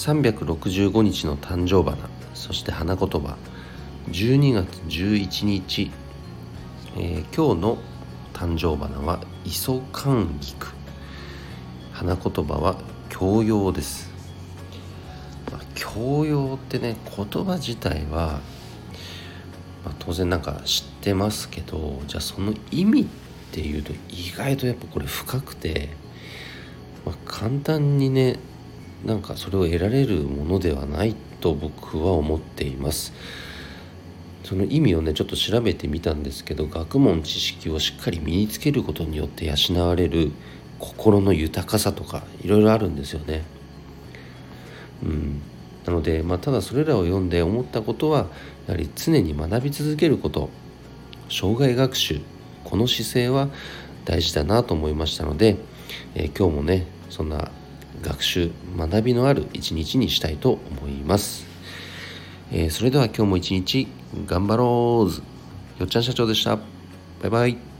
365日の誕生花、そして花言葉12月11日、今日の誕生花は磯寒菊、花言葉は教養です。教養ってね、言葉自体は、当然知ってますけど、じゃあその意味っていうと意外とやっぱこれ深くて、簡単にねそれを得られるものではないと僕は思っています。その意味をねちょっと調べてみたんですけど、学問知識をしっかり身につけることによって養われる心の豊かさとかいろいろあるんですよね。なので、ただそれらを読んで思ったことは、やはり常に学び続けること、生涯学習、この姿勢は大事だなと思いましたので、今日もねそんな学習学びのある一日にしたいと思います。それでは今日も一日頑張ろう。よっちゃん社長でした。バイバイ。